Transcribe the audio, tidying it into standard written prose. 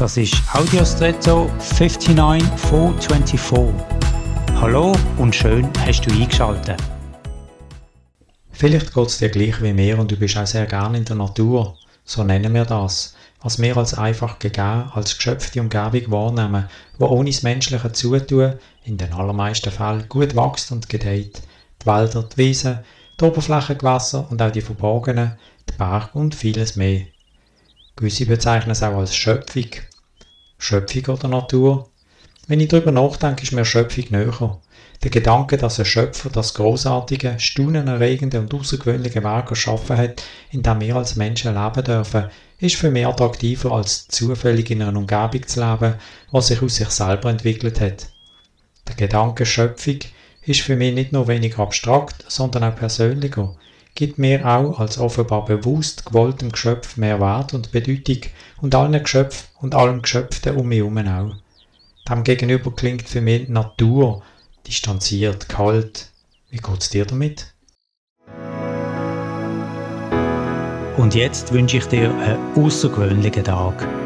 Das ist Audiostretto 59424. Hallo und schön hast du eingeschaltet. Vielleicht geht es dir gleich wie mir und du bist auch sehr gerne in der Natur. So nennen wir das, was wir als einfach gegeben, als geschöpfte Umgebung wahrnehmen, wo ohne das menschliche Zutun in den allermeisten Fällen gut wächst und gedeiht. Die Wälder, die Wiesen, die Oberflächengewässer und auch die verborgenen, die Berge und vieles mehr. Gewisse bezeichnen es auch als Schöpfung. Schöpfung oder Natur? Wenn ich darüber nachdenke, ist mir Schöpfung näher. Der Gedanke, dass ein Schöpfer das großartige, staunenerregende und außergewöhnliche Werk erschaffen hat, in dem wir als Menschen leben dürfen, ist für mich attraktiver als zufällig in einer Umgebung zu leben, was sich aus sich selber entwickelt hat. Der Gedanke Schöpfung ist für mich nicht nur weniger abstrakt, sondern auch persönlicher, gibt mir auch als offenbar bewusst gewolltem Geschöpf mehr Wert und Bedeutung und allen Geschöpfen und allem Geschöpften um mich herum auch. Dem gegenüber klingt für mich Natur distanziert, kalt. Wie geht's dir damit? Und jetzt wünsche ich dir einen außergewöhnlichen Tag.